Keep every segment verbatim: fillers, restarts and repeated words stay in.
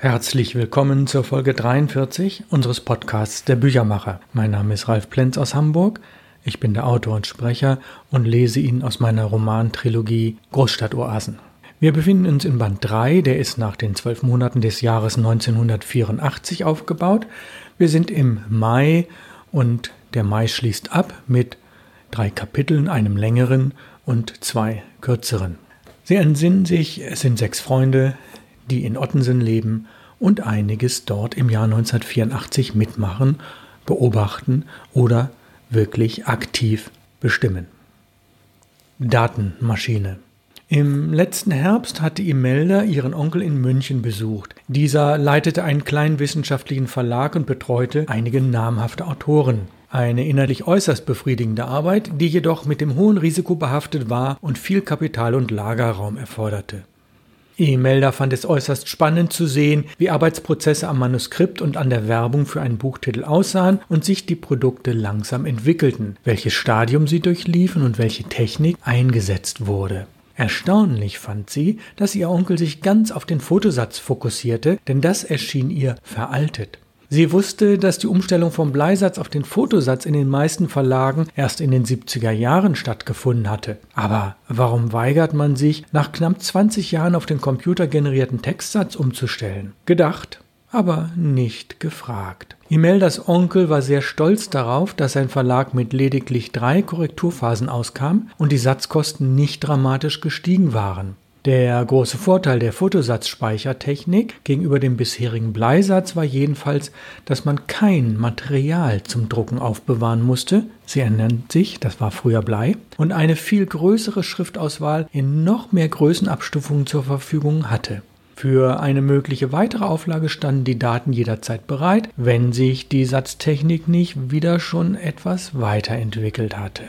Herzlich willkommen zur Folge dreiundvierzig unseres Podcasts Der Büchermacher. Mein Name ist Ralf Plenz aus Hamburg. Ich bin der Autor und Sprecher und lese Ihnen aus meiner Romantrilogie Großstadtoasen. Wir befinden uns in Band drei, der ist nach den zwölf Monaten des Jahres neunzehnhundertvierundachtzig aufgebaut. Wir sind im Mai und der Mai schließt ab mit drei Kapiteln, einem längeren und zwei kürzeren. Sie entsinnen sich, es sind sechs Freunde, die in Ottensen leben und einiges dort im Jahr neunzehnhundertvierundachtzig mitmachen, beobachten oder wirklich aktiv bestimmen. Datenmaschine. Im letzten Herbst hatte Imelda ihren Onkel in München besucht. Dieser leitete einen kleinen wissenschaftlichen Verlag und betreute einige namhafte Autoren. Eine inhaltlich äußerst befriedigende Arbeit, die jedoch mit dem hohen Risiko behaftet war und viel Kapital und Lagerraum erforderte. Imelda fand es äußerst spannend zu sehen, wie Arbeitsprozesse am Manuskript und an der Werbung für einen Buchtitel aussahen und sich die Produkte langsam entwickelten, welches Stadium sie durchliefen und welche Technik eingesetzt wurde. Erstaunlich fand sie, dass ihr Onkel sich ganz auf den Fotosatz fokussierte, denn das erschien ihr veraltet. Sie wusste, dass die Umstellung vom Bleisatz auf den Fotosatz in den meisten Verlagen erst in den siebziger Jahren stattgefunden hatte. Aber warum weigert man sich, nach knapp zwanzig Jahren auf den computergenerierten Textsatz umzustellen? Gedacht, aber nicht gefragt. Imeldas Onkel war sehr stolz darauf, dass sein Verlag mit lediglich drei Korrekturphasen auskam und die Satzkosten nicht dramatisch gestiegen waren. Der große Vorteil der Fotosatzspeichertechnik gegenüber dem bisherigen Bleisatz war jedenfalls, dass man kein Material zum Drucken aufbewahren musste, sie ernennt sich, das war früher Blei, und eine viel größere Schriftauswahl in noch mehr Größenabstufungen zur Verfügung hatte. Für eine mögliche weitere Auflage standen die Daten jederzeit bereit, wenn sich die Satztechnik nicht wieder schon etwas weiterentwickelt hatte.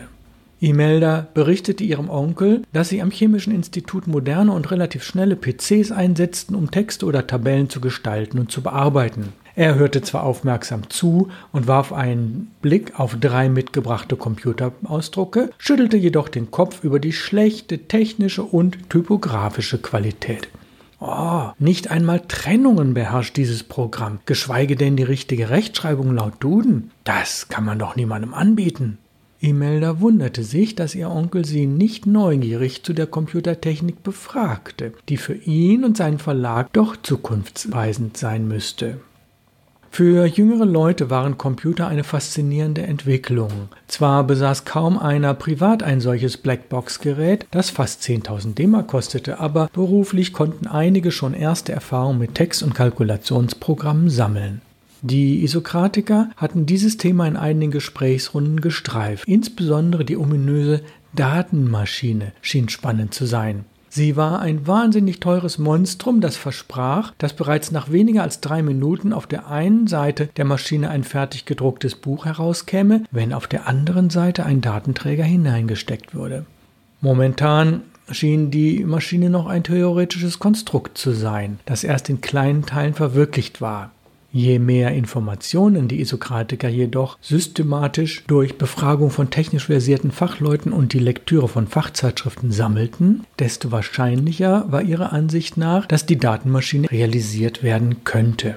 Imelda berichtete ihrem Onkel, dass sie am Chemischen Institut moderne und relativ schnelle P Cs einsetzten, um Texte oder Tabellen zu gestalten und zu bearbeiten. Er hörte zwar aufmerksam zu und warf einen Blick auf drei mitgebrachte Computerausdrucke, schüttelte jedoch den Kopf über die schlechte technische und typografische Qualität. Oh, nicht einmal Trennungen beherrscht dieses Programm, geschweige denn die richtige Rechtschreibung laut Duden. Das kann man doch niemandem anbieten. Imelda wunderte sich, dass ihr Onkel sie nicht neugierig zu der Computertechnik befragte, die für ihn und seinen Verlag doch zukunftsweisend sein müsste. Für jüngere Leute waren Computer eine faszinierende Entwicklung. Zwar besaß kaum einer privat ein solches Blackbox-Gerät, das fast zehntausend D-Mark kostete, aber beruflich konnten einige schon erste Erfahrungen mit Text- und Kalkulationsprogrammen sammeln. Die Isokratiker hatten dieses Thema in einigen Gesprächsrunden gestreift. Insbesondere die ominöse Datenmaschine schien spannend zu sein. Sie war ein wahnsinnig teures Monstrum, das versprach, dass bereits nach weniger als drei Minuten auf der einen Seite der Maschine ein fertig gedrucktes Buch herauskäme, wenn auf der anderen Seite ein Datenträger hineingesteckt würde. Momentan schien die Maschine noch ein theoretisches Konstrukt zu sein, das erst in kleinen Teilen verwirklicht war. Je mehr Informationen die Isokratiker jedoch systematisch durch Befragung von technisch versierten Fachleuten und die Lektüre von Fachzeitschriften sammelten, desto wahrscheinlicher war ihrer Ansicht nach, dass die Datenmaschine realisiert werden könnte.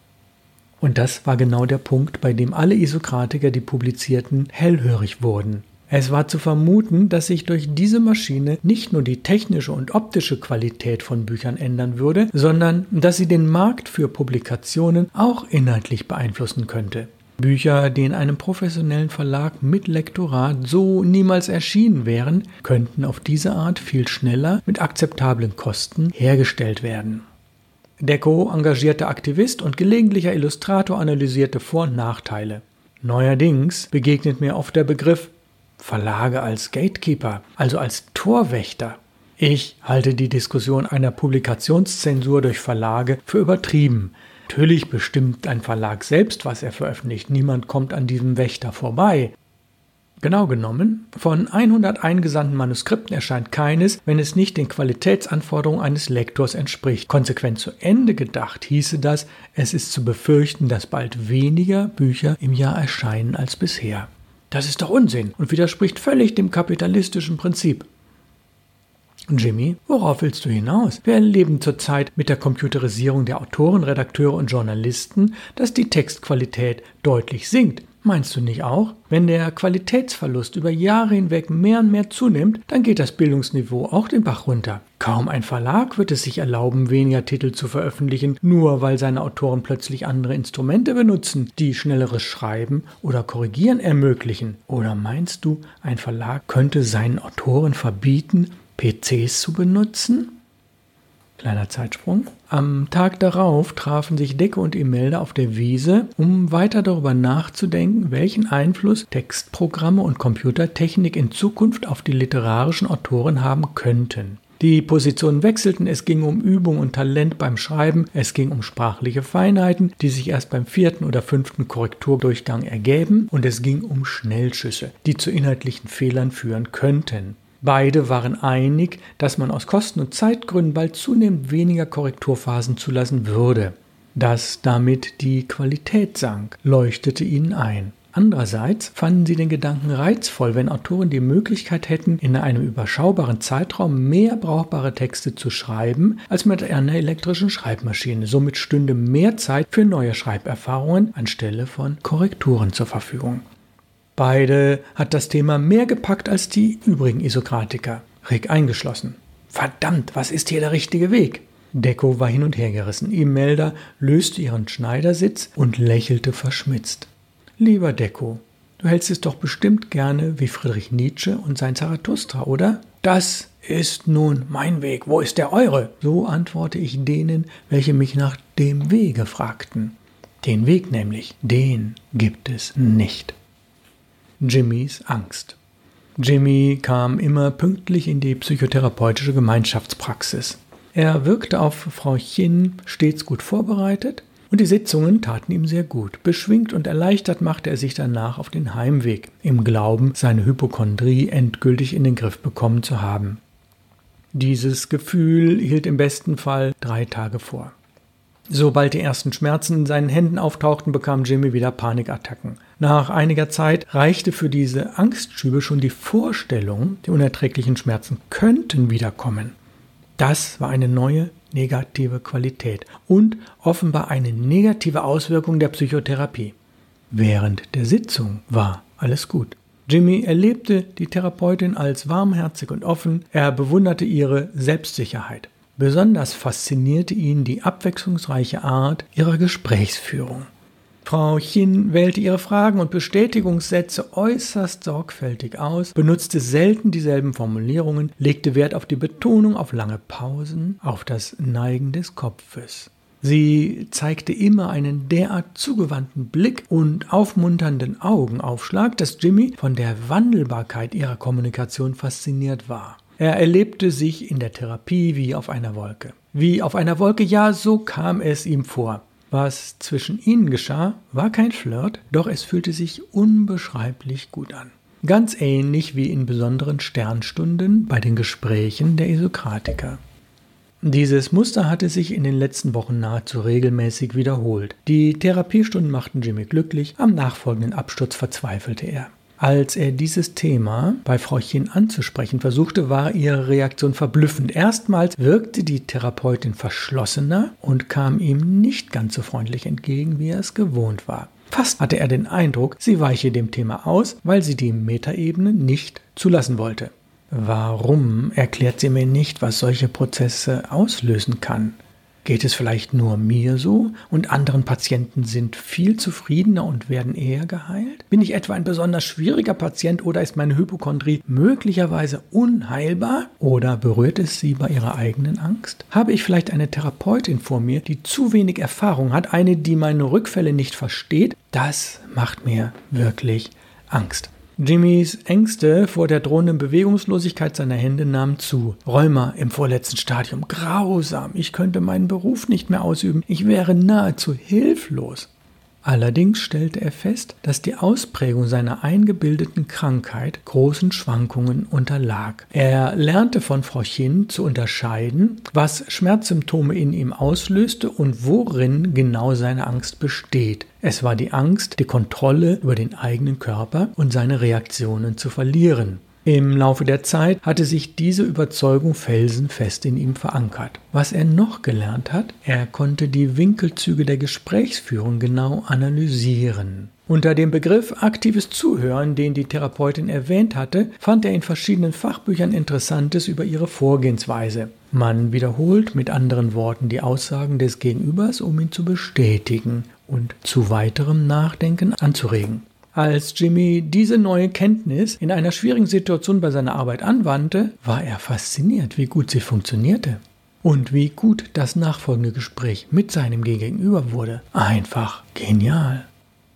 Und das war genau der Punkt, bei dem alle Isokratiker, die publizierten, hellhörig wurden. Es war zu vermuten, dass sich durch diese Maschine nicht nur die technische und optische Qualität von Büchern ändern würde, sondern dass sie den Markt für Publikationen auch inhaltlich beeinflussen könnte. Bücher, die in einem professionellen Verlag mit Lektorat so niemals erschienen wären, könnten auf diese Art viel schneller mit akzeptablen Kosten hergestellt werden. Der co-engagierte Aktivist und gelegentlicher Illustrator analysierte Vor- und Nachteile. Neuerdings begegnet mir oft der Begriff Verlage als Gatekeeper, also als Torwächter. Ich halte die Diskussion einer Publikationszensur durch Verlage für übertrieben. Natürlich bestimmt ein Verlag selbst, was er veröffentlicht. Niemand kommt an diesem Wächter vorbei. Genau genommen, von hundert eingesandten Manuskripten erscheint keines, wenn es nicht den Qualitätsanforderungen eines Lektors entspricht. Konsequent zu Ende gedacht hieße das, es ist zu befürchten, dass bald weniger Bücher im Jahr erscheinen als bisher. Das ist doch Unsinn und widerspricht völlig dem kapitalistischen Prinzip. Jimmy, worauf willst du hinaus? Wir erleben zurzeit mit der Computerisierung der Autoren, Redakteure und Journalisten, dass die Textqualität deutlich sinkt. Meinst du nicht auch? Wenn der Qualitätsverlust über Jahre hinweg mehr und mehr zunimmt, dann geht das Bildungsniveau auch den Bach runter. Kaum ein Verlag wird es sich erlauben, weniger Titel zu veröffentlichen, nur weil seine Autoren plötzlich andere Instrumente benutzen, die schnelleres Schreiben oder Korrigieren ermöglichen. Oder meinst du, ein Verlag könnte seinen Autoren verbieten, P Cs zu benutzen? Kleiner Zeitsprung. Am Tag darauf trafen sich Decke und Imelda auf der Wiese, um weiter darüber nachzudenken, welchen Einfluss Textprogramme und Computertechnik in Zukunft auf die literarischen Autoren haben könnten. Die Positionen wechselten, es ging um Übung und Talent beim Schreiben, es ging um sprachliche Feinheiten, die sich erst beim vierten oder fünften Korrekturdurchgang ergäben, und es ging um Schnellschüsse, die zu inhaltlichen Fehlern führen könnten. Beide waren einig, dass man aus Kosten- und Zeitgründen bald zunehmend weniger Korrekturphasen zulassen würde. Dass damit die Qualität sank, leuchtete ihnen ein. Andererseits fanden sie den Gedanken reizvoll, wenn Autoren die Möglichkeit hätten, in einem überschaubaren Zeitraum mehr brauchbare Texte zu schreiben, als mit einer elektrischen Schreibmaschine. Somit stünde mehr Zeit für neue Schreiberfahrungen anstelle von Korrekturen zur Verfügung. Beide hat das Thema mehr gepackt als die übrigen Isokratiker, Rick eingeschlossen. Verdammt, was ist hier der richtige Weg? Decco war hin und her gerissen. Imelda löste ihren Schneidersitz und lächelte verschmitzt. Lieber Decco, du hältst es doch bestimmt gerne wie Friedrich Nietzsche und sein Zarathustra, oder? Das ist nun mein Weg, wo ist der eure? So antworte ich denen, welche mich nach dem Wege fragten. Den Weg nämlich, den gibt es nicht. Jimmys Angst. Jimmy kam immer pünktlich in die psychotherapeutische Gemeinschaftspraxis. Er wirkte auf Frau Chin stets gut vorbereitet und die Sitzungen taten ihm sehr gut. Beschwingt und erleichtert machte er sich danach auf den Heimweg, im Glauben, seine Hypochondrie endgültig in den Griff bekommen zu haben. Dieses Gefühl hielt im besten Fall drei Tage vor. Sobald die ersten Schmerzen in seinen Händen auftauchten, bekam Jimmy wieder Panikattacken. Nach einiger Zeit reichte für diese Angstschübe schon die Vorstellung, die unerträglichen Schmerzen könnten wiederkommen. Das war eine neue negative Qualität und offenbar eine negative Auswirkung der Psychotherapie. Während der Sitzung war alles gut. Jimmy erlebte die Therapeutin als warmherzig und offen, er bewunderte ihre Selbstsicherheit. Besonders faszinierte ihn die abwechslungsreiche Art ihrer Gesprächsführung. Frau Chin wählte ihre Fragen und Bestätigungssätze äußerst sorgfältig aus, benutzte selten dieselben Formulierungen, legte Wert auf die Betonung, auf lange Pausen, auf das Neigen des Kopfes. Sie zeigte immer einen derart zugewandten Blick und aufmunternden Augenaufschlag, dass Jimmy von der Wandelbarkeit ihrer Kommunikation fasziniert war. Er erlebte sich in der Therapie wie auf einer Wolke. Wie auf einer Wolke, ja, so kam es ihm vor. Was zwischen ihnen geschah, war kein Flirt, doch es fühlte sich unbeschreiblich gut an. Ganz ähnlich wie in besonderen Sternstunden bei den Gesprächen der Isokratiker. Dieses Muster hatte sich in den letzten Wochen nahezu regelmäßig wiederholt. Die Therapiestunden machten Jimmy glücklich, am nachfolgenden Absturz verzweifelte er. Als er dieses Thema bei Frau Chin anzusprechen versuchte, war ihre Reaktion verblüffend. Erstmals wirkte die Therapeutin verschlossener und kam ihm nicht ganz so freundlich entgegen, wie er es gewohnt war. Fast hatte er den Eindruck, sie weiche dem Thema aus, weil sie die Metaebene nicht zulassen wollte. Warum erklärt sie mir nicht, was solche Prozesse auslösen kann? Geht es vielleicht nur mir so und anderen Patienten sind viel zufriedener und werden eher geheilt? Bin ich etwa ein besonders schwieriger Patient oder ist meine Hypochondrie möglicherweise unheilbar? Oder berührt es sie bei ihrer eigenen Angst? Habe ich vielleicht eine Therapeutin vor mir, die zu wenig Erfahrung hat, eine, die meine Rückfälle nicht versteht? Das macht mir wirklich Angst. Jimmys Ängste vor der drohenden Bewegungslosigkeit seiner Hände nahmen zu. Rheuma im vorletzten Stadium. Grausam. Ich könnte meinen Beruf nicht mehr ausüben. Ich wäre nahezu hilflos. Allerdings stellte er fest, dass die Ausprägung seiner eingebildeten Krankheit großen Schwankungen unterlag. Er lernte von Frau Chin zu unterscheiden, was Schmerzsymptome in ihm auslöste und worin genau seine Angst besteht. Es war die Angst, die Kontrolle über den eigenen Körper und seine Reaktionen zu verlieren. Im Laufe der Zeit hatte sich diese Überzeugung felsenfest in ihm verankert. Was er noch gelernt hat, er konnte die Winkelzüge der Gesprächsführung genau analysieren. Unter dem Begriff aktives Zuhören, den die Therapeutin erwähnt hatte, fand er in verschiedenen Fachbüchern Interessantes über ihre Vorgehensweise. Man wiederholt mit anderen Worten die Aussagen des Gegenübers, um ihn zu bestätigen und zu weiterem Nachdenken anzuregen. Als Jimmy diese neue Kenntnis in einer schwierigen Situation bei seiner Arbeit anwandte, war er fasziniert, wie gut sie funktionierte. Und wie gut das nachfolgende Gespräch mit seinem Gegenüber wurde. Einfach genial.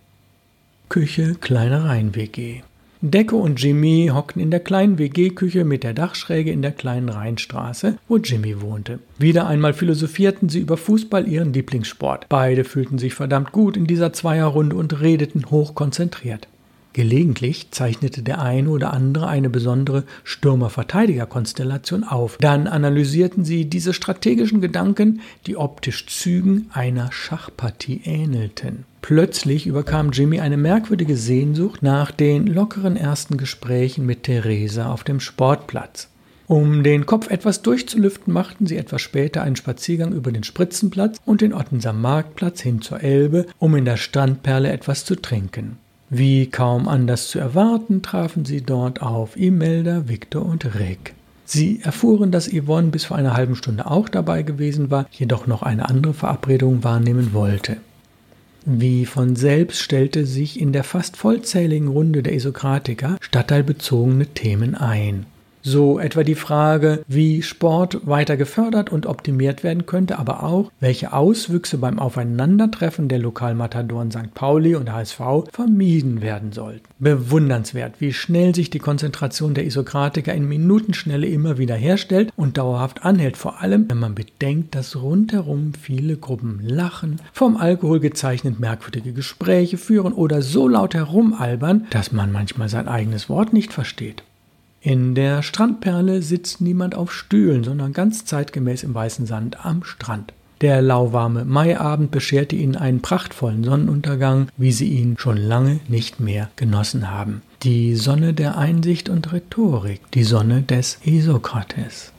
Küche, kleine Reihen-W G. Decco und Jimmy hockten in der kleinen W G-Küche mit der Dachschräge in der kleinen Rheinstraße, wo Jimmy wohnte. Wieder einmal philosophierten sie über Fußball, ihren Lieblingssport. Beide fühlten sich verdammt gut in dieser Zweierrunde und redeten hochkonzentriert. Gelegentlich zeichnete der eine oder andere eine besondere Stürmer-Verteidiger-Konstellation auf. Dann analysierten sie diese strategischen Gedanken, die optisch Zügen einer Schachpartie ähnelten. Plötzlich überkam Jimmy eine merkwürdige Sehnsucht nach den lockeren ersten Gesprächen mit Theresa auf dem Sportplatz. Um den Kopf etwas durchzulüften, machten sie etwas später einen Spaziergang über den Spritzenplatz und den Ottenser Marktplatz hin zur Elbe, um in der Strandperle etwas zu trinken. Wie kaum anders zu erwarten, trafen sie dort auf Imelda, Viktor und Rick. Sie erfuhren, dass Yvonne bis vor einer halben Stunde auch dabei gewesen war, jedoch noch eine andere Verabredung wahrnehmen wollte. Wie von selbst stellte sich in der fast vollzähligen Runde der Isokratiker stadtteilbezogene Themen ein. So etwa die Frage, wie Sport weiter gefördert und optimiert werden könnte, aber auch, welche Auswüchse beim Aufeinandertreffen der Lokalmatadoren Sankt Pauli und H S V vermieden werden sollten. Bewundernswert, wie schnell sich die Konzentration der Isokratiker in Minutenschnelle immer wieder herstellt und dauerhaft anhält, vor allem, wenn man bedenkt, dass rundherum viele Gruppen lachen, vom Alkohol gezeichnet merkwürdige Gespräche führen oder so laut herumalbern, dass man manchmal sein eigenes Wort nicht versteht. In der Strandperle sitzt niemand auf Stühlen, sondern ganz zeitgemäß im weißen Sand am Strand. Der lauwarme Maiabend bescherte ihnen einen prachtvollen Sonnenuntergang, wie sie ihn schon lange nicht mehr genossen haben. Die Sonne der Einsicht und Rhetorik, die Sonne des Isokrates.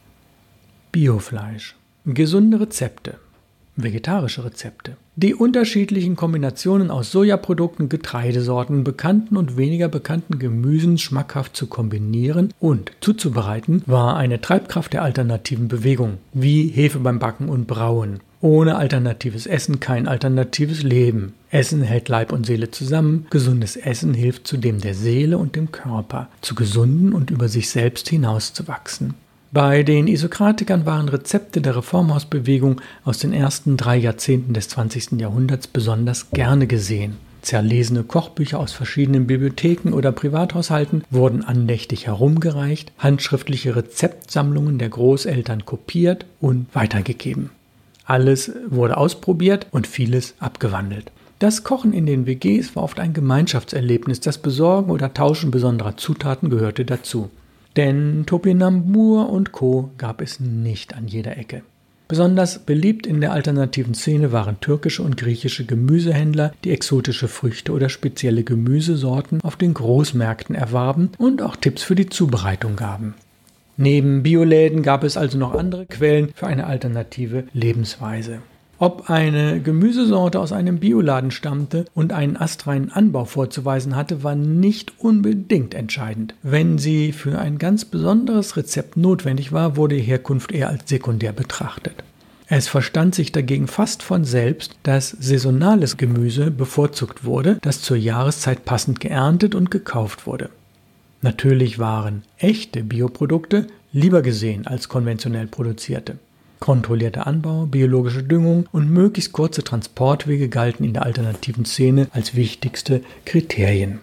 Biofleisch. Gesunde Rezepte. Vegetarische Rezepte. Die unterschiedlichen Kombinationen aus Sojaprodukten, Getreidesorten, bekannten und weniger bekannten Gemüsen schmackhaft zu kombinieren und zuzubereiten, war eine Treibkraft der alternativen Bewegung, wie Hefe beim Backen und Brauen. Ohne alternatives Essen kein alternatives Leben. Essen hält Leib und Seele zusammen. Gesundes Essen hilft zudem der Seele und dem Körper, zu gesunden und über sich selbst hinauszuwachsen. Bei den Isokratikern waren Rezepte der Reformhausbewegung aus den ersten drei Jahrzehnten des zwanzigsten Jahrhunderts besonders gerne gesehen. Zerlesene Kochbücher aus verschiedenen Bibliotheken oder Privathaushalten wurden andächtig herumgereicht, handschriftliche Rezeptsammlungen der Großeltern kopiert und weitergegeben. Alles wurde ausprobiert und vieles abgewandelt. Das Kochen in den W Gs war oft ein Gemeinschaftserlebnis, das Besorgen oder Tauschen besonderer Zutaten gehörte dazu. Denn Topinambur und Co. gab es nicht an jeder Ecke. Besonders beliebt in der alternativen Szene waren türkische und griechische Gemüsehändler, die exotische Früchte oder spezielle Gemüsesorten auf den Großmärkten erwarben und auch Tipps für die Zubereitung gaben. Neben Bioläden gab es also noch andere Quellen für eine alternative Lebensweise. Ob eine Gemüsesorte aus einem Bioladen stammte und einen astreinen Anbau vorzuweisen hatte, war nicht unbedingt entscheidend. Wenn sie für ein ganz besonderes Rezept notwendig war, wurde die Herkunft eher als sekundär betrachtet. Es verstand sich dagegen fast von selbst, dass saisonales Gemüse bevorzugt wurde, das zur Jahreszeit passend geerntet und gekauft wurde. Natürlich waren echte Bioprodukte lieber gesehen als konventionell produzierte. Kontrollierter Anbau, biologische Düngung und möglichst kurze Transportwege galten in der alternativen Szene als wichtigste Kriterien.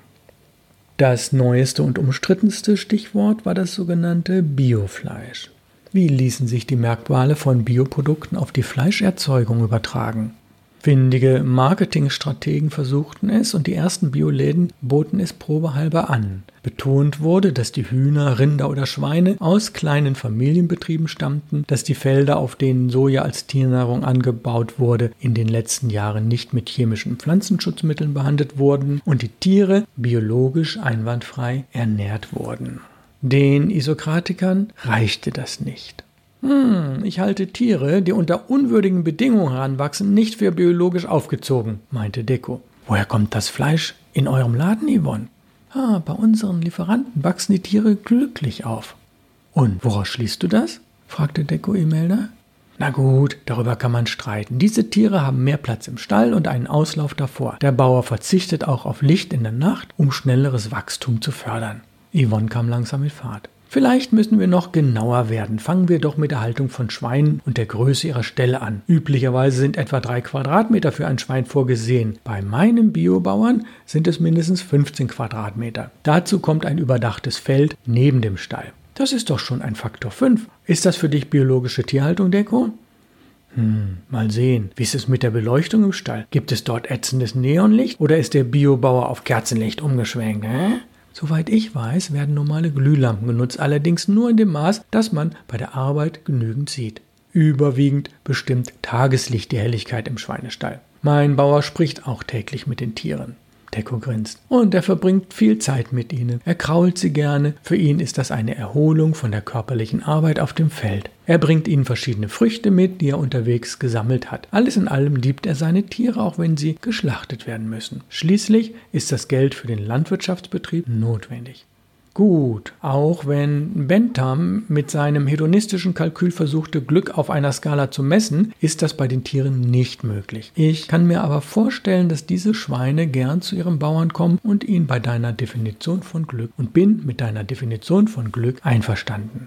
Das neueste und umstrittenste Stichwort war das sogenannte Biofleisch. Wie ließen sich die Merkmale von Bioprodukten auf die Fleischerzeugung übertragen? Findige Marketingstrategen versuchten es und die ersten Bioläden boten es probehalber an. Betont wurde, dass die Hühner, Rinder oder Schweine aus kleinen Familienbetrieben stammten, dass die Felder, auf denen Soja als Tiernahrung angebaut wurde, in den letzten Jahren nicht mit chemischen Pflanzenschutzmitteln behandelt wurden und die Tiere biologisch einwandfrei ernährt wurden. Den Isokratikern reichte das nicht. Hm, ich halte Tiere, die unter unwürdigen Bedingungen heranwachsen, nicht für biologisch aufgezogen, meinte Deko. Woher kommt das Fleisch in eurem Laden, Yvonne? Ah, bei unseren Lieferanten wachsen die Tiere glücklich auf. Und woraus schließt du das? Fragte Deko Imelda. Na gut, darüber kann man streiten. Diese Tiere haben mehr Platz im Stall und einen Auslauf davor. Der Bauer verzichtet auch auf Licht in der Nacht, um schnelleres Wachstum zu fördern. Yvonne kam langsam mit Fahrt. Vielleicht müssen wir noch genauer werden. Fangen wir doch mit der Haltung von Schweinen und der Größe ihrer Ställe an. Üblicherweise sind etwa drei Quadratmeter für ein Schwein vorgesehen. Bei meinem Biobauern sind es mindestens fünfzehn Quadratmeter. Dazu kommt ein überdachtes Feld neben dem Stall. Das ist doch schon ein Faktor fünf. Ist das für dich biologische Tierhaltung, Deko? Hm, mal sehen. Wie ist es mit der Beleuchtung im Stall? Gibt es dort ätzendes Neonlicht oder ist der Biobauer auf Kerzenlicht umgeschwenkt? Hä? Soweit ich weiß, werden normale Glühlampen genutzt, allerdings nur in dem Maß, dass man bei der Arbeit genügend sieht. Überwiegend bestimmt Tageslicht die Helligkeit im Schweinestall. Mein Bauer spricht auch täglich mit den Tieren. Deko grinst. Und er verbringt viel Zeit mit ihnen. Er krault sie gerne. Für ihn ist das eine Erholung von der körperlichen Arbeit auf dem Feld. Er bringt ihnen verschiedene Früchte mit, die er unterwegs gesammelt hat. Alles in allem liebt er seine Tiere, auch wenn sie geschlachtet werden müssen. Schließlich ist das Geld für den Landwirtschaftsbetrieb notwendig. Gut, auch wenn Bentham mit seinem hedonistischen Kalkül versuchte, Glück auf einer Skala zu messen, ist das bei den Tieren nicht möglich. Ich kann mir aber vorstellen, dass diese Schweine gern zu ihrem Bauern kommen und ihn bei deiner Definition von Glück und bin mit deiner Definition von Glück einverstanden.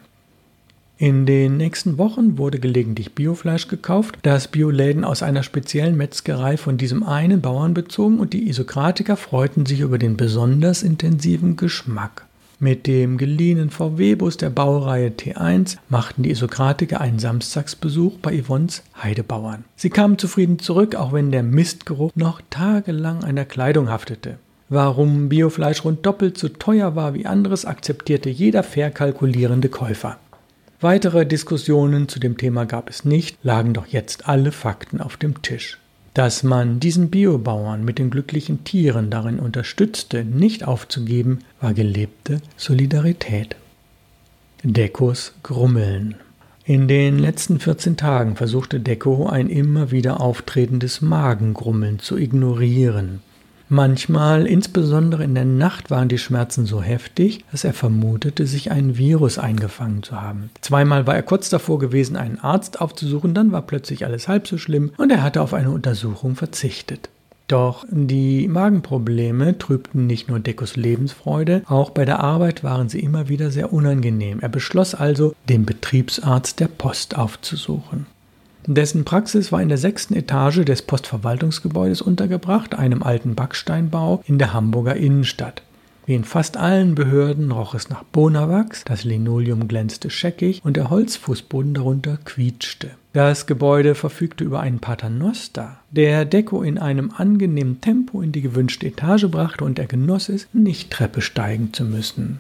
In den nächsten Wochen wurde gelegentlich Biofleisch gekauft, das Bioläden aus einer speziellen Metzgerei von diesem einen Bauern bezogen und die Isokratiker freuten sich über den besonders intensiven Geschmack. Mit dem geliehenen V W-Bus der Baureihe T eins machten die Isokratiker einen Samstagsbesuch bei Yvonnes Heidebauern. Sie kamen zufrieden zurück, auch wenn der Mistgeruch noch tagelang an der Kleidung haftete. Warum Biofleisch rund doppelt so teuer war wie anderes, akzeptierte jeder fair kalkulierende Käufer. Weitere Diskussionen zu dem Thema gab es nicht, lagen doch jetzt alle Fakten auf dem Tisch. Dass man diesen Biobauern mit den glücklichen Tieren darin unterstützte, nicht aufzugeben, war gelebte Solidarität. Dekos Grummeln. In den letzten vierzehn Tagen versuchte Deko ein immer wieder auftretendes Magengrummeln zu ignorieren. Manchmal, insbesondere in der Nacht, waren die Schmerzen so heftig, dass er vermutete, sich ein Virus eingefangen zu haben. Zweimal war er kurz davor gewesen, einen Arzt aufzusuchen, dann war plötzlich alles halb so schlimm und er hatte auf eine Untersuchung verzichtet. Doch die Magenprobleme trübten nicht nur Dekos Lebensfreude, auch bei der Arbeit waren sie immer wieder sehr unangenehm. Er beschloss also, den Betriebsarzt der Post aufzusuchen. Dessen Praxis war in der sechsten Etage des Postverwaltungsgebäudes untergebracht, einem alten Backsteinbau in der Hamburger Innenstadt. Wie in fast allen Behörden roch es nach Bonawachs, das Linoleum glänzte scheckig und der Holzfußboden darunter quietschte. Das Gebäude verfügte über einen Paternoster, der Deko in einem angenehmen Tempo in die gewünschte Etage brachte und er genoss es, nicht Treppe steigen zu müssen.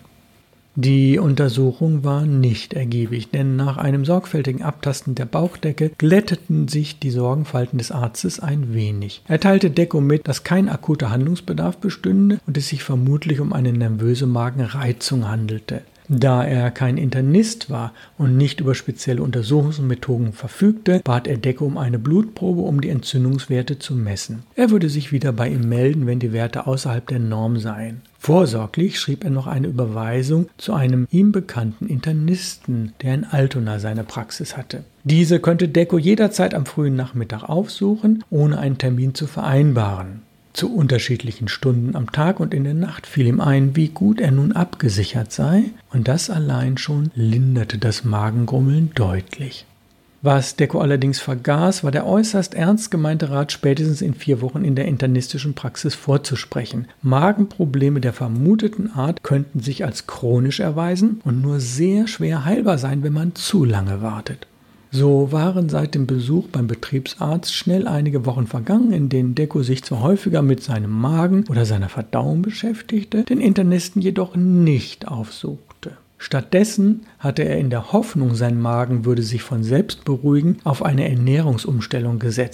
Die Untersuchung war nicht ergiebig, denn nach einem sorgfältigen Abtasten der Bauchdecke glätteten sich die Sorgenfalten des Arztes ein wenig. Er teilte Deko mit, dass kein akuter Handlungsbedarf bestünde und es sich vermutlich um eine nervöse Magenreizung handelte. Da er kein Internist war und nicht über spezielle Untersuchungsmethoden verfügte, bat er Deko um eine Blutprobe, um die Entzündungswerte zu messen. Er würde sich wieder bei ihm melden, wenn die Werte außerhalb der Norm seien. Vorsorglich schrieb er noch eine Überweisung zu einem ihm bekannten Internisten, der in Altona seine Praxis hatte. Diese könnte Deko jederzeit am frühen Nachmittag aufsuchen, ohne einen Termin zu vereinbaren. Zu unterschiedlichen Stunden am Tag und in der Nacht fiel ihm ein, wie gut er nun abgesichert sei, und das allein schon linderte das Magengrummeln deutlich. Was Deko allerdings vergaß, war der äußerst ernst gemeinte Rat, spätestens in vier Wochen in der internistischen Praxis vorzusprechen. Magenprobleme der vermuteten Art könnten sich als chronisch erweisen und nur sehr schwer heilbar sein, wenn man zu lange wartet. So waren seit dem Besuch beim Betriebsarzt schnell einige Wochen vergangen, in denen Deko sich zwar häufiger mit seinem Magen oder seiner Verdauung beschäftigte, den Internisten jedoch nicht aufsuchte. Stattdessen hatte er in der Hoffnung, sein Magen würde sich von selbst beruhigen, auf eine Ernährungsumstellung gesetzt.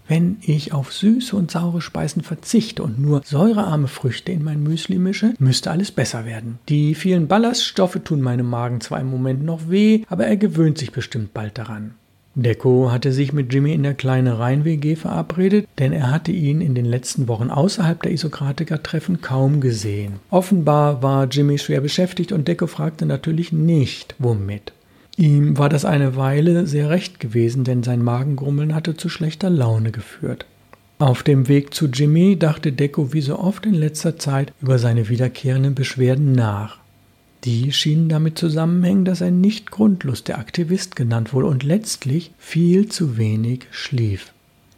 Wenn ich auf süße und saure Speisen verzichte und nur säurearme Früchte in mein Müsli mische, müsste alles besser werden. Die vielen Ballaststoffe tun meinem Magen zwar im Moment noch weh, aber er gewöhnt sich bestimmt bald daran. Deko hatte sich mit Jimmy in der Kleinereien-W G verabredet, denn er hatte ihn in den letzten Wochen außerhalb der Isokratiker-Treffen kaum gesehen. Offenbar war Jimmy schwer beschäftigt und Deko fragte natürlich nicht, womit. Ihm war das eine Weile sehr recht gewesen, denn sein Magengrummeln hatte zu schlechter Laune geführt. Auf dem Weg zu Jimmy dachte Deko wie so oft in letzter Zeit über seine wiederkehrenden Beschwerden nach. Die schienen damit zusammenhängen, dass er nicht grundlos der Aktivist genannt wurde und letztlich viel zu wenig schlief.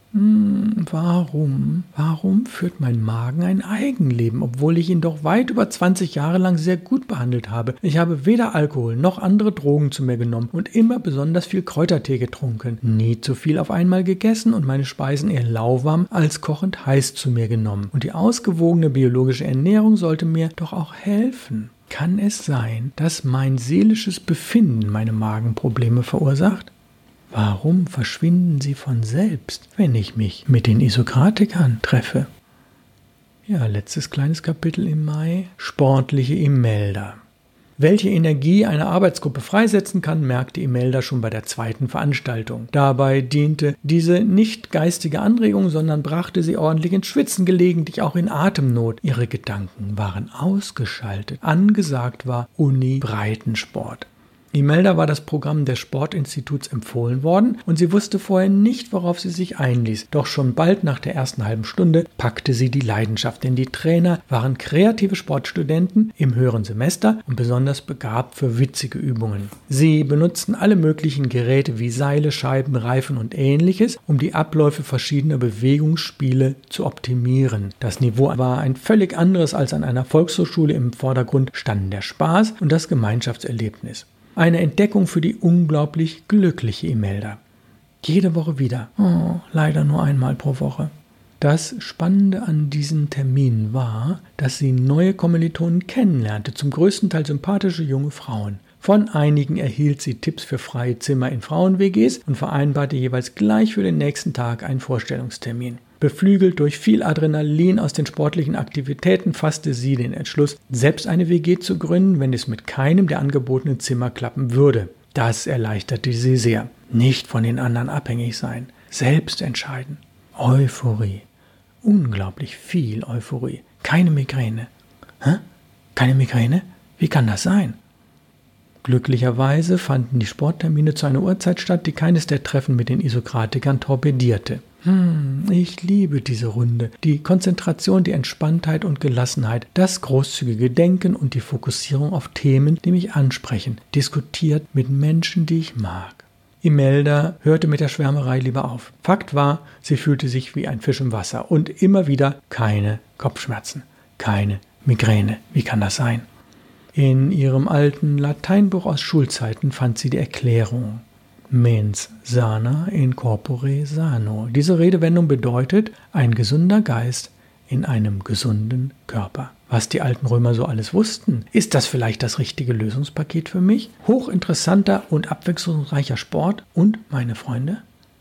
Hm, warum, warum führt mein Magen ein Eigenleben, obwohl ich ihn doch weit über zwanzig Jahre lang sehr gut behandelt habe? Ich habe weder Alkohol noch andere Drogen zu mir genommen und immer besonders viel Kräutertee getrunken, nie zu viel auf einmal gegessen und meine Speisen eher lauwarm als kochend heiß zu mir genommen. Und die ausgewogene biologische Ernährung sollte mir doch auch helfen. Kann es sein, dass mein seelisches Befinden meine Magenprobleme verursacht? Warum verschwinden sie von selbst, wenn ich mich mit den Isokratikern treffe? Ja, letztes kleines Kapitel im Mai. Sportliche Imelda. Welche Energie eine Arbeitsgruppe freisetzen kann, merkte Imelda schon bei der zweiten Veranstaltung. Dabei diente diese nicht geistige Anregung, sondern brachte sie ordentlich ins Schwitzen, gelegentlich auch in Atemnot. Ihre Gedanken waren ausgeschaltet. Angesagt war Uni-Breitensport. Imelda war das Programm des Sportinstituts empfohlen worden und sie wusste vorher nicht, worauf sie sich einließ. Doch schon bald nach der ersten halben Stunde packte sie die Leidenschaft, denn die Trainer waren kreative Sportstudenten im höheren Semester und besonders begabt für witzige Übungen. Sie benutzten alle möglichen Geräte wie Seile, Scheiben, Reifen und ähnliches, um die Abläufe verschiedener Bewegungsspiele zu optimieren. Das Niveau war ein völlig anderes als an einer Volkshochschule. Im Vordergrund standen der Spaß und das Gemeinschaftserlebnis. Eine Entdeckung für die unglaublich glückliche Imelda. Jede Woche wieder. Oh, leider nur einmal pro Woche. Das Spannende an diesen Terminen war, dass sie neue Kommilitonen kennenlernte, zum größten Teil sympathische junge Frauen. Von einigen erhielt sie Tipps für freie Zimmer in Frauen-W Gs und vereinbarte jeweils gleich für den nächsten Tag einen Vorstellungstermin. Beflügelt durch viel Adrenalin aus den sportlichen Aktivitäten fasste sie den Entschluss, selbst eine W G zu gründen, wenn es mit keinem der angebotenen Zimmer klappen würde. Das erleichterte sie sehr. Nicht von den anderen abhängig sein. Selbst entscheiden. Euphorie. Unglaublich viel Euphorie. Keine Migräne. Hä? Keine Migräne? Wie kann das sein? Glücklicherweise fanden die Sporttermine zu einer Uhrzeit statt, die keines der Treffen mit den Isokratikern torpedierte. Hm, ich liebe diese Runde. Die Konzentration, die Entspanntheit und Gelassenheit, das großzügige Denken und die Fokussierung auf Themen, die mich ansprechen. Diskutiert mit Menschen, die ich mag. Imelda hörte mit der Schwärmerei lieber auf. Fakt war, sie fühlte sich wie ein Fisch im Wasser und immer wieder keine Kopfschmerzen, keine Migräne. Wie kann das sein? In ihrem alten Lateinbuch aus Schulzeiten fand sie die Erklärung. Mens sana in corpore sano. Diese Redewendung bedeutet, ein gesunder Geist in einem gesunden Körper. Was die alten Römer so alles wussten, ist das vielleicht das richtige Lösungspaket für mich? Hochinteressanter und abwechslungsreicher Sport und meine Freunde?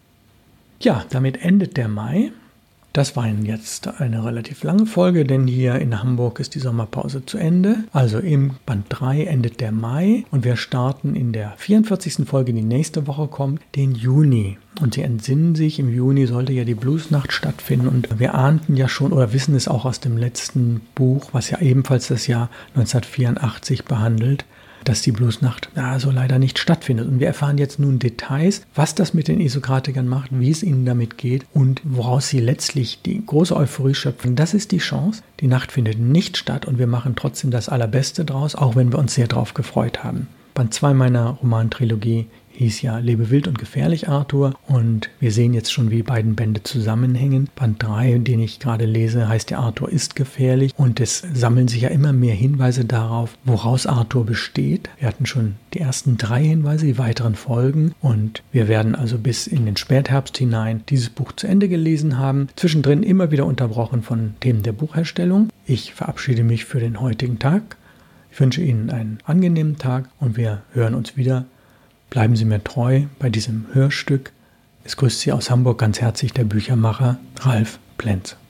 Ja, damit endet der Mai. Das war jetzt eine relativ lange Folge, denn hier in Hamburg ist die Sommerpause zu Ende. Also im Band drei endet der Mai und wir starten in der vierundvierzigsten Folge, die nächste Woche kommt, den Juni. Und Sie entsinnen sich, im Juni sollte ja die Bluesnacht stattfinden und wir ahnten ja schon oder wissen es auch aus dem letzten Buch, was ja ebenfalls das Jahr neunzehnhundertvierundachtzig behandelt, dass die Bluesnacht also leider nicht stattfindet. Und wir erfahren jetzt nun Details, was das mit den Isokratikern macht, wie es ihnen damit geht und woraus sie letztlich die große Euphorie schöpfen. Das ist die Chance. Die Nacht findet nicht statt und wir machen trotzdem das Allerbeste draus, auch wenn wir uns sehr drauf gefreut haben. Band zwei meiner Romantrilogie hieß ja Lebe wild und gefährlich, Arthur. Und wir sehen jetzt schon, wie beiden Bände zusammenhängen. Band drei, den ich gerade lese, heißt ja Arthur ist gefährlich. Und es sammeln sich ja immer mehr Hinweise darauf, woraus Arthur besteht. Wir hatten schon die ersten drei Hinweise, die weiteren folgen. Und wir werden also bis in den Spätherbst hinein dieses Buch zu Ende gelesen haben. Zwischendrin immer wieder unterbrochen von Themen der Buchherstellung. Ich verabschiede mich für den heutigen Tag. Ich wünsche Ihnen einen angenehmen Tag und wir hören uns wieder. Bleiben Sie mir treu bei diesem Hörstück Es grüßt Sie aus Hamburg ganz herzlich der Büchermacher Ralf Plenz.